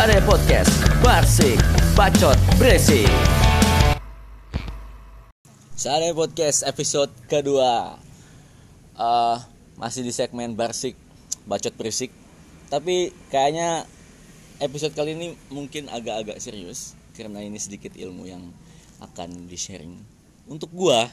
Sare Podcast, Barsik, Bacot, Beresik. Sare Podcast episode kedua. Masih di segmen Barsik, Bacot, Beresik. Tapi kayaknya episode kali ini mungkin agak-agak serius, karena ini sedikit ilmu yang akan di-sharing untuk gua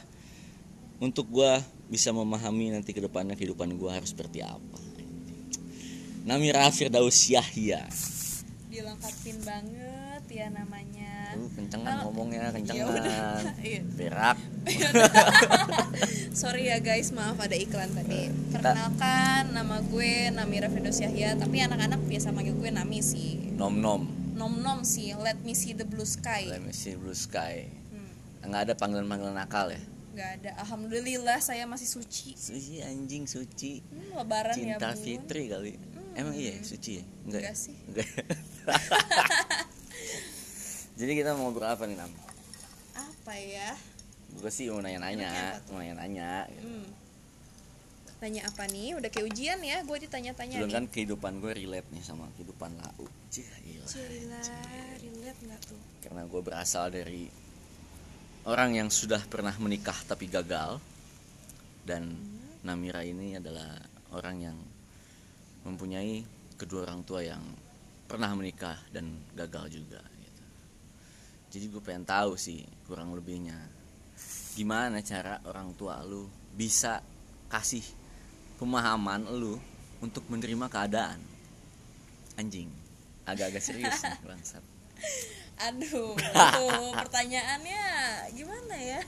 bisa memahami nanti ke depannya kehidupan gua harus seperti apa. Namira Firdaus Yahya. Dilengkapin banget ya namanya. Kencengan ngomongnya, kencengan. Iya. Berak. Sorry ya guys, maaf ada iklan tadi. Perkenalkan, nama gue Namira Firdaus Yahya, tapi anak-anak biasa manggil gue Nami sih. Nom sih, let me see the blue sky. Let me see blue sky. Nggak ada panggilan-panggilan nakal ya? Nggak ada, alhamdulillah saya masih suci. Suci anjing, suci. Lebaran Cinta ya bun. Fitri kali. Emang iya suci ya? Enggak sih. Enggak. Jadi kita mau ngobrol apa nih, Nam? Apa ya? Gue sih mau nanya-nanya gitu. Nanya apa nih? Udah kayak ujian ya, gue ditanya-tanya Belum nih. kan kehidupan gue relate nih sama kehidupan lau. Cila, relate nggak tuh? Karena gue berasal dari orang yang sudah pernah menikah tapi gagal. Dan Namira ini adalah orang yang mempunyai kedua orang tua yang pernah menikah dan gagal juga gitu. Jadi gue pengen tahu sih kurang lebihnya gimana cara orang tua lu bisa kasih pemahaman lu untuk menerima keadaan. Anjing, agak-agak serius nih bangsat. Aduh, itu pertanyaannya gimana ya?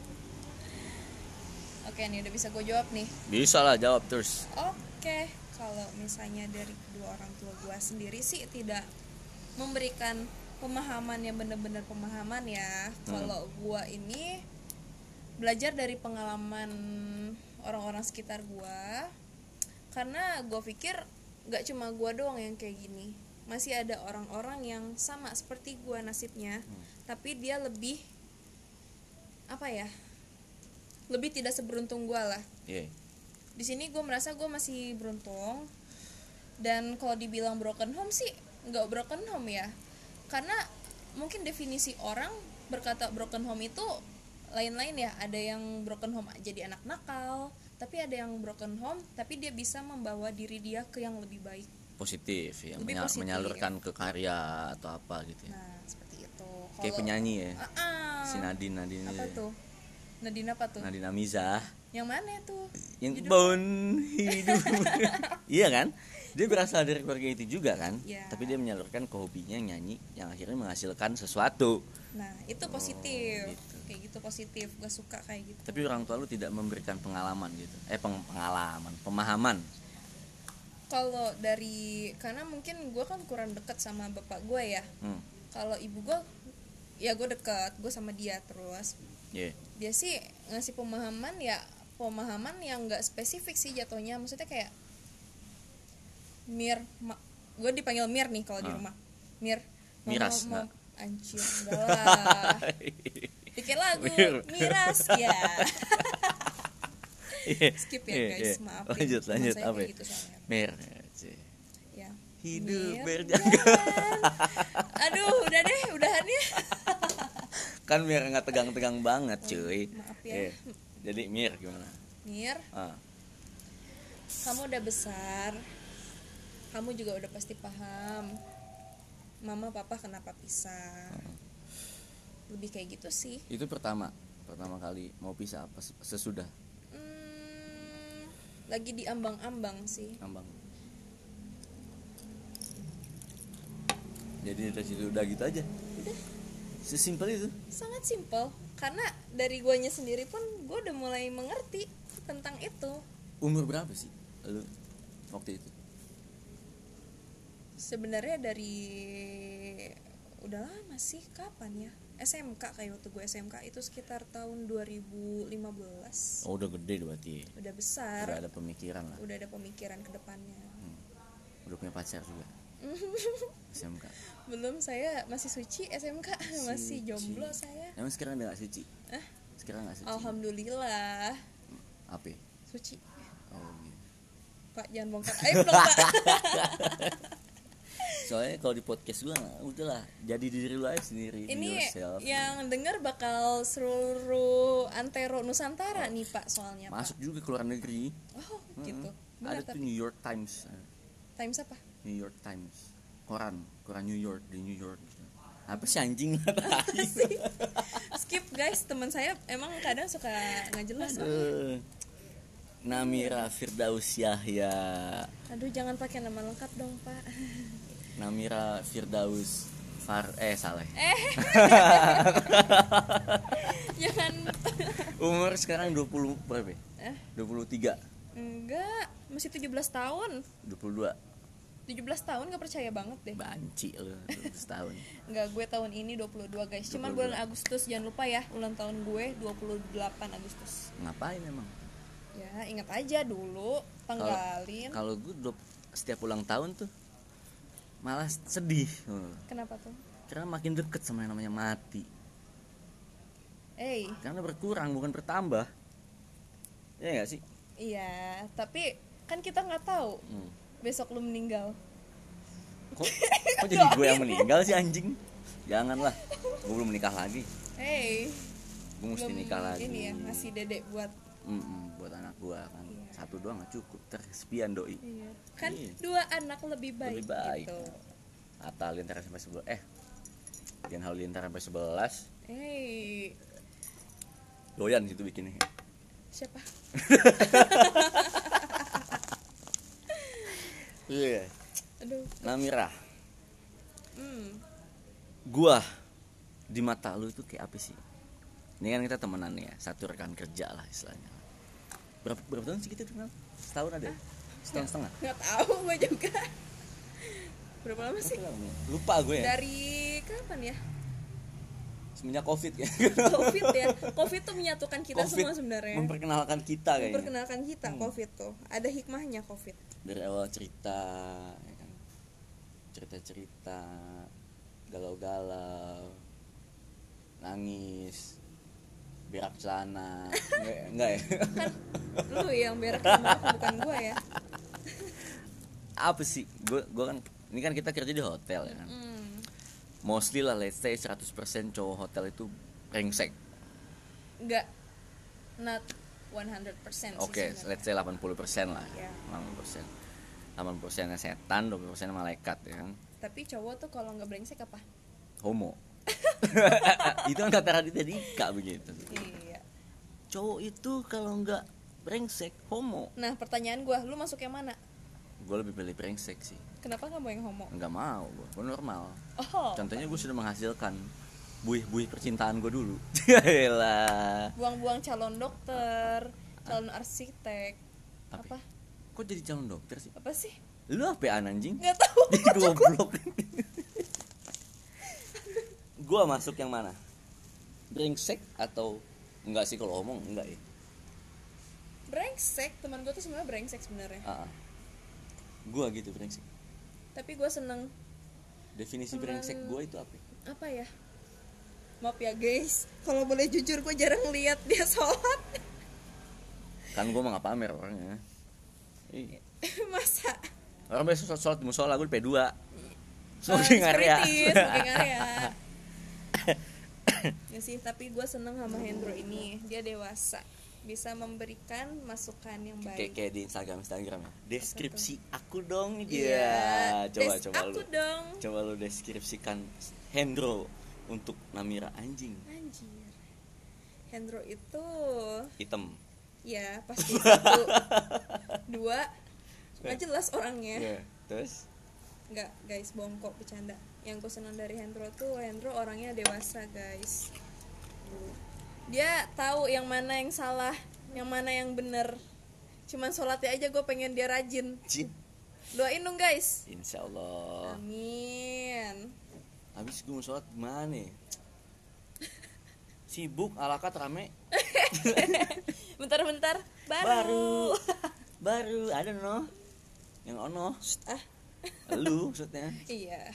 Oke nih, udah bisa gue jawab nih. Bisa lah, jawab terus. Oke, kalau misalnya dari kedua orang tua gue sendiri sih tidak memberikan pemahaman yang benar-benar pemahaman ya. Kalau gue ini belajar dari pengalaman orang-orang sekitar gue, karena gue pikir gak cuma gue doang yang kayak gini, masih ada orang-orang yang sama seperti gue nasibnya, tapi dia lebih apa ya, lebih tidak seberuntung gue lah. Di sini gue merasa gue masih beruntung. Dan kalau dibilang broken home sih nggak broken home ya, karena mungkin definisi orang berkata broken home itu lain-lain ya. Ada yang broken home jadi anak nakal, tapi ada yang broken home tapi dia bisa membawa diri dia ke yang lebih baik, Positif ya, positif. menyalurkan ke karya atau apa gitu ya. Nah seperti itu. Kayak penyanyi ya, si Nadine apa tuh? Nadine apa tuh? Nadine Amizah. Yang mana tuh? Yang bon hidup. Iya kan? Dia berasal dari keluarga itu juga kan? Ya. Tapi dia menyalurkan ke hobinya nyanyi yang akhirnya menghasilkan sesuatu. Nah itu positif. Gitu. Kayak gitu positif, gue suka kayak gitu. Tapi orang tua lu tidak memberikan pengalaman gitu. Pemahaman. Kalau dari, karena mungkin gue kan kurang dekat sama bapak gue ya. Kalau ibu gue, ya gue dekat, gue sama dia terus. Dia sih ngasih pemahaman yang nggak spesifik sih jatuhnya. Maksudnya kayak gue dipanggil Mir nih kalau di rumah. Miras mau anjir enggak lah. Bikin lagu Miras ya. Skip ya guys, maaf. Lanjut apa ya? Gitu Mir ya. Hidup Mir, berjaga. Aduh udah deh, udahan ya. Kan Mir nggak tegang-tegang banget cuy. Maaf ya. Jadi Mir gimana? Mir, kamu udah besar, kamu juga udah pasti paham mama papa kenapa pisah. Lebih kayak gitu sih. Itu pertama kali mau pisah apa sesudah? Lagi di ambang-ambang sih. Jadi dari situ udah gitu aja. Udah. Sesimpel itu. Sangat simpel. Karena dari guanya sendiri pun gue udah mulai mengerti tentang itu. Umur berapa sih lu waktu itu? Sebenarnya dari udah lama sih, kapan ya? SMK, kayak waktu gue SMK itu sekitar tahun 2015. Oh udah gede berarti. Udah besar. Udah ada pemikiran lah. Udah ada pemikiran ke depannya. Udah punya pacar juga. SMK. Belum, saya masih suci SMK. Masih jomblo saya. Emang sekarang udah gak suci? Sekarang gak suci? Alhamdulillah. Apa? Suci. Oh gitu. Pak jangan bongkar aib dong Pak. Soalnya kalau di podcast gue udahlah, jadi diri lu aja sendiri. Ini yourself. yang denger bakal seluruh antero Nusantara nih Pak soalnya Pak. Masuk juga ke luar negeri. Oh gitu. Ada Benar tuh tapi New York Times. Times apa? New York Times. Koran New York di New York. Apa sih anjing? Skip guys, teman saya emang kadang suka nggak jelas. Namira Firdaus Yahya. Aduh jangan pakai nama lengkap dong Pak. Namira Firdaus Saleh. Jangan. Umur sekarang 20 berapa? 23. Enggak, masih 17 tahun. 22. 17 tahun gak percaya banget deh. Banci lu 17 tahun. Enggak, gue tahun ini 22 guys. Cuman 22. bulan Agustus jangan lupa ya, ulang tahun gue 28 Agustus. Ngapain emang? Ya, ingat aja dulu tanggalin. Kalau gue setiap ulang tahun tuh malah sedih. Kenapa tuh? Karena makin deket sama yang namanya mati. Karena berkurang bukan bertambah. Ya nggak sih? Iya, tapi kan kita nggak tahu besok lu meninggal. Kok jadi gue yang meninggal sih anjing? Janganlah, gue belum menikah lagi. Gue mesti nikah lagi. Ini ya, ngasih dedek buat buat anak gue kan. Iya. 1 doang nggak cukup, tersepian doi. Iya. Kan Iya. 2 anak lebih baik. Lebih baik. Gitu. Atta Lintara sampai 11. Dian Halilintar sampai 11. Doyan gitu bikinnya. Siapa? Iya. Aduh. Namira. Gua di mata lu itu kayak apa sih? Ini kan kita temenan ya, satu rekan kerja lah istilahnya. Berapa tahun sih kita kenal? Setahun ada? Setahun setengah? Nggak tahu gue juga. Berapa lama sih? Lupa gue ya. Dari kapan ya? Semenjak Covid ya. Covid ya. Covid tuh menyatukan kita COVID semua sebenarnya. memperkenalkan kita kayaknya. Memperkenalkan kita Covid tuh. Ada hikmahnya Covid. Dari awal cerita ya kan. Cerita-cerita galau-galau, nangis, berak celana. Enggak ya? Kan lu yang berak sama aku, bukan gue ya. Apa sih? Gue kan ini kan kita kerja di hotel ya kan. Mostly lah, let's say 100% cowok hotel itu brengsek. Enggak. Not 100% sih. Oke, let's say 80% lah. Ya. 80%. 80% setan, 20% malaikat ya kan. Tapi cowok tuh kalau nggak brengsek apa? Homo. Itu kan kata Raditya Dika begitu. Iya. Cowok itu kalau nggak brengsek homo. Nah pertanyaan gue, lu masuk yang mana? Gue lebih pilih brengsek sih. Kenapa nggak mau yang homo? Nggak mau, gue normal. Oh. Contohnya gue sudah menghasilkan buih-buih percintaan gue dulu. Yaelah. Buang-buang calon dokter, calon arsitek. Apa? Kok jadi calon dokter sih? Apa sih? Lu apaan anjing? Nggak tahu. Jadi goblok. Gua masuk yang mana? Brengsek atau enggak sih? Kalau ngomong enggak ya. Brengsek, teman gue tuh sebenarnya brengsek sebenarnya. Gua gitu brengsek. Tapi gue seneng. Definisi brengsek gua itu apa? Apa ya? Maaf ya guys, kalau boleh jujur gue jarang lihat dia sholat. Kan gua mah nggak pamer orangnya. Masa? Orang biasa sholat di musola, gue P2 smoking area. Smoking area. Ya sih, tapi gue seneng sama Hendro ini. Dia dewasa, bisa memberikan masukan yang baik. Kayak di Instagram ya. Deskripsi aku dong dia. Coba aku lu. Dong. Coba lu deskripsikan Hendro untuk Namira anjing. Anjir. Hendro itu Hitam. ya pasti 1, 2 nggak jelas orangnya. Terus? Nggak guys, bongkok bercanda. Yang gue senang dari Hendro tuh, Hendro orangnya dewasa guys. Dia tahu yang mana yang salah, yang mana yang bener. Cuman sholatnya aja gue pengen dia rajin. Doain dong guys. Insya Allah. Amin. Habis gue mau sholat gimana? Sibuk, alakat rame. Bentar-bentar Baru ada no. Yang ono. Lu maksudnya. Iya.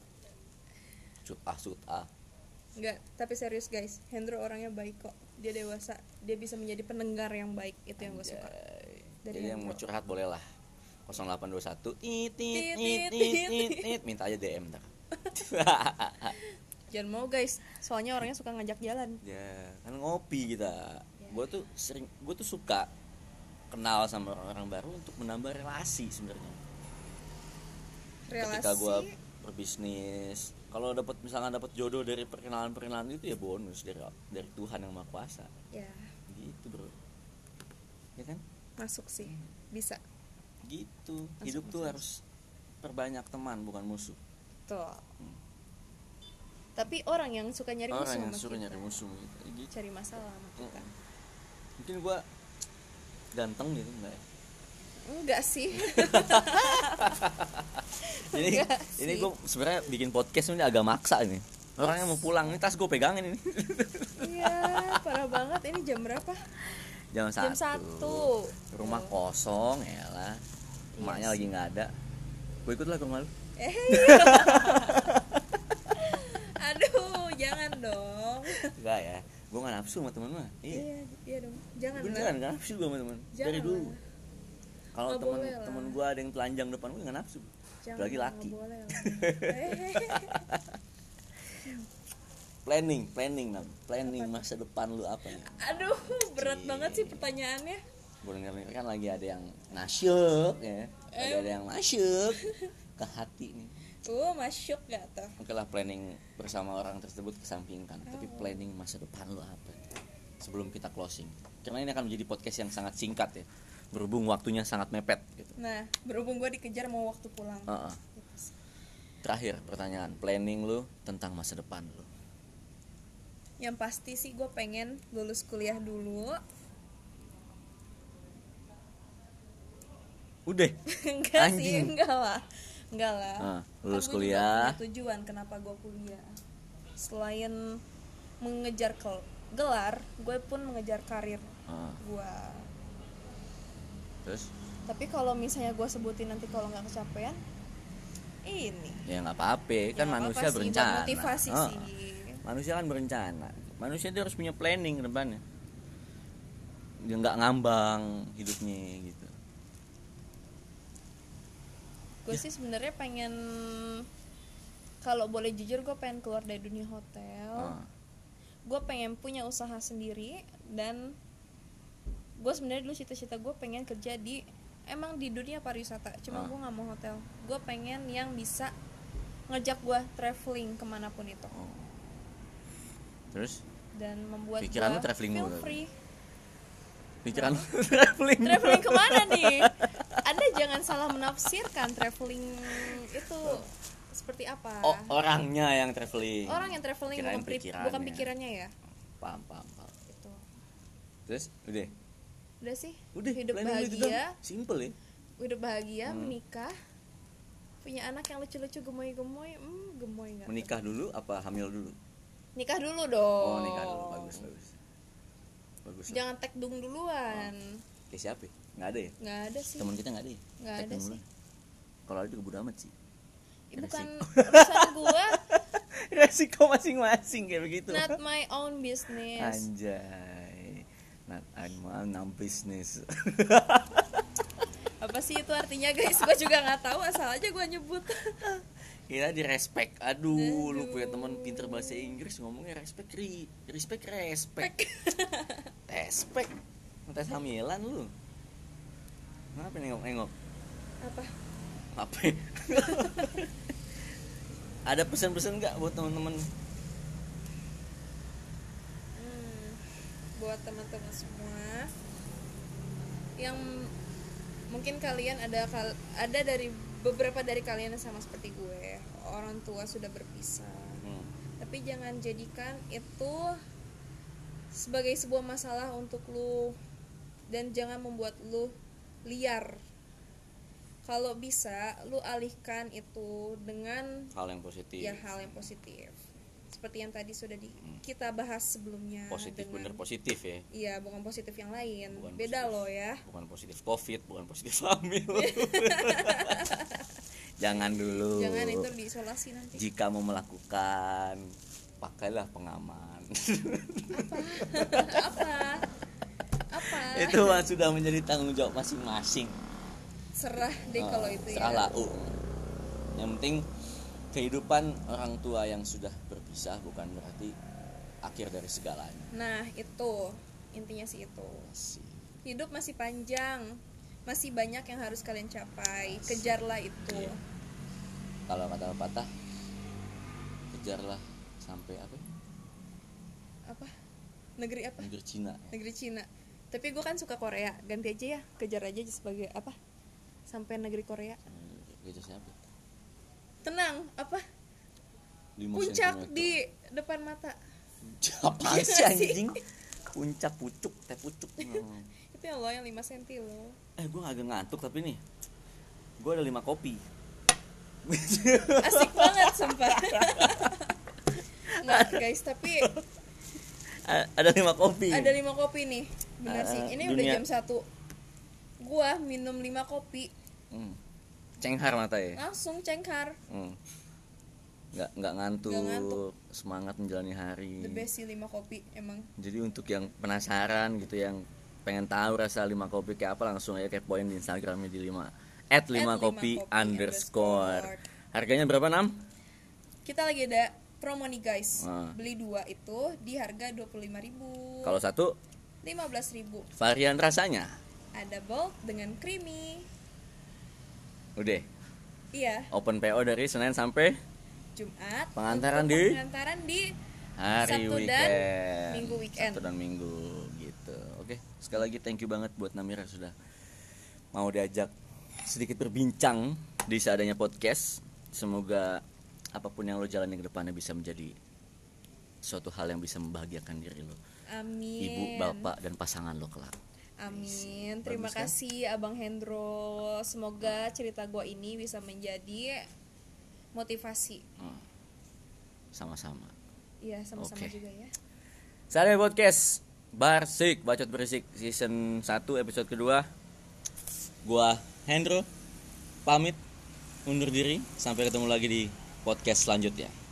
Sut ah. Enggak, tapi serius guys, Hendro orangnya baik kok. Dia dewasa, dia bisa menjadi pendengar yang baik. Itu yang gue suka. Jadi yang mau curhat boleh lah. 0821 it minta aja DM ntar. Jangan mau guys, soalnya orangnya suka ngajak jalan. Ya kan ngopi kita. Gue tuh suka kenal sama orang baru untuk menambah relasi sebenarnya. Ketika gue berbisnis, kalau misalkan dapat jodoh dari perkenalan itu ya bonus dari Tuhan yang Maha Kuasa. Ya. Gitu bro. Ya kan? Masuk sih, bisa. Gitu. Hidup tuh harus perbanyak teman bukan musuh. Tuh. Tapi orang yang suka nyari musuh sama kita. Nyari musuh gitu. Cari masalah sama kita. Mungkin gue ganteng gitu enggak ya? Enggak sih. Ini gue sebenarnya bikin podcast ini agak maksa ini. Orangnya mau pulang, ini tas gue pegangin ini. Iya, parah banget. Ini jam berapa? Jam 1. Rumah kosong ya lah. Emaknya lagi nggak ada. Gue ikut lah ke rumah lu. Aduh, jangan dong. Enggak ya. Gue nggak nafsu sama temen mah. Iya dong. Jangan. Beneran nggak nafsu gue sama temen. Dari dulu. Kalau temen gue ada yang telanjang depan gue nggak nafsu. Lagi laki. Planning masa depan lu apa ya? Aduh, berat banget sih pertanyaannya. Gue denger kan lagi ada yang nasyuk ya. Ada yang masuk ke hati nih. Masuk gak tuh? Oke lah, planning bersama orang tersebut kesampingkan. Tapi planning masa depan lu apa? Sebelum kita closing. Karena ini akan menjadi podcast yang sangat singkat ya. Berhubung waktunya sangat mepet gitu. Nah, berhubung gue dikejar mau waktu pulang. Terakhir pertanyaan, planning lu tentang masa depan lu. Yang pasti sih gue pengen lulus kuliah dulu. Udah? Enggak lah. Lulus kan kuliah. Punya tujuan kenapa gue kuliah. Selain mengejar gelar, gue pun mengejar karir gue. Terus? Tapi kalau misalnya gue sebutin nanti kalau nggak kecapean, ini. Ya nggak apa-apa, kan manusia sih, berencana. Motivasi sih. Manusia kan berencana. Manusia itu harus punya planning ke depannya. Dia nggak ngambang hidupnya gitu. Gue sih sebenarnya pengen, kalau boleh jujur gue pengen keluar dari dunia hotel. Gue pengen punya usaha sendiri dan gue sebenarnya dulu cita-cita gue pengen kerja di dunia pariwisata. Cuma gue nggak mau hotel. Gue pengen yang bisa ngejak gue traveling kemanapun itu. Terus? Dan membuat pikiran gue feel free. Pikiran traveling kemana nih? Anda jangan salah menafsirkan traveling itu seperti apa. Orangnya yang traveling. Orang yang traveling bukan pikirannya ya. Paham. Itu. Terus udah sih. Hidup bahagia. Simple ya. Hidup bahagia, menikah, punya anak yang lucu-lucu, gemoy-gemoy. Gemoy nggak? Menikah dulu apa hamil dulu? Nikah dulu dong. Nikah dulu, bagus. Jangan tekdung duluan. Kayak siapa? Nggak ada ya? Nggak ada sih. Teman kita nggak ada ya? Nggak ada sih. Kalau ada juga bodo amat sih. Bukan urusan gua. Resiko masing-masing kayak begitu. Not my own business. Anjay. Not my own business. Apa sih itu artinya guys? Gua juga nggak tahu, asal aja gua nyebut. Kita di respect. Aduh, lu punya teman pinter bahasa Inggris ngomongnya respect. Respect. Tes hamilan lu. Kenapa nengok? Apa? Ada pesan-pesan nggak buat teman-teman? Buat teman-teman semua yang mungkin kalian ada dari beberapa dari kalian yang sama seperti gue, orang tua sudah berpisah. Tapi jangan jadikan itu sebagai sebuah masalah untuk lu, dan jangan membuat lu liar. Kalau bisa lu alihkan itu dengan hal yang positif. Ya, hal yang positif. Seperti yang tadi sudah kita bahas sebelumnya. Positif, bener positif ya. Iya, bukan positif yang lain. Bukan beda positif, loh ya. Bukan positif COVID, bukan positif hamil. Jangan dulu. Jangan, itu diisolasi nanti. Jika mau melakukan, pakailah pengaman. Apa? Itu sudah menjadi tanggung jawab masing-masing. serah deh kalau itu ya. serah lau. Yang penting kehidupan orang tua yang sudah berpisah bukan berarti akhir dari segalanya. Nah itu intinya sih itu. Hidup masih panjang, masih banyak yang harus kalian capai. Kejarlah itu. Iya. Kalau kata pepatah, kejarlah sampai apa? Negeri apa? Negeri Cina. Negeri Cina. Tapi gue kan suka Korea, ganti aja ya, kejar aja sebagai apa? Sampai negeri Korea. Kejar siapa? Tenang, apa? 5 Puncak sentimeter. di depan mata. Apaan sih anjing? Puncak pucuk, teh pucuk. Itu yang lo yang 5 cm lo. Gue agak ngantuk tapi nih. Gue ada 5 kopi. Asik banget sumpah. Nggak guys, tapi Ada 5 kopi. ada 5 kopi nih. Benar sih. Ini udah dunia. jam 1. Gua minum 5 kopi. Cenghar mata ya. Langsung cengkar. Nggak ngantuk, Nggak ngantuk. semangat menjalani hari. The best sih 5 kopi emang. Jadi untuk yang penasaran gitu, yang pengen tahu rasa 5 kopi kayak apa, langsung aja kepoin di Instagramnya di 5 @5kopi_. Harganya berapa, Nam? Kita lagi ada promo nih guys. Ah. Beli 2 itu di harga 25.000. Kalau satu 15.000. varian rasanya. Ada bold dengan creamy. Udah Iya, open PO dari Senin sampai Jumat. Pengantaran Untuk di? pengantaran di hari Sabtu weekend. dan Minggu weekend. Sabtu dan Minggu gitu. Oke, sekali lagi thank you banget buat Namira sudah mau diajak sedikit berbincang di seadanya podcast. Semoga apapun yang lo jalani ke depannya bisa menjadi suatu hal yang bisa membahagiakan diri lo, Amin. ibu, bapak, dan pasangan lo kelak. Amin. Terima Bagus kan? kasih Abang Hendro. Semoga cerita gua ini bisa menjadi motivasi. Sama-sama. Iya, sama-sama Oke. juga ya. Seadanya podcast Barsik Bacot Berisik season 1 episode kedua. Gua Hendro pamit undur diri, sampai ketemu lagi di podcast selanjutnya.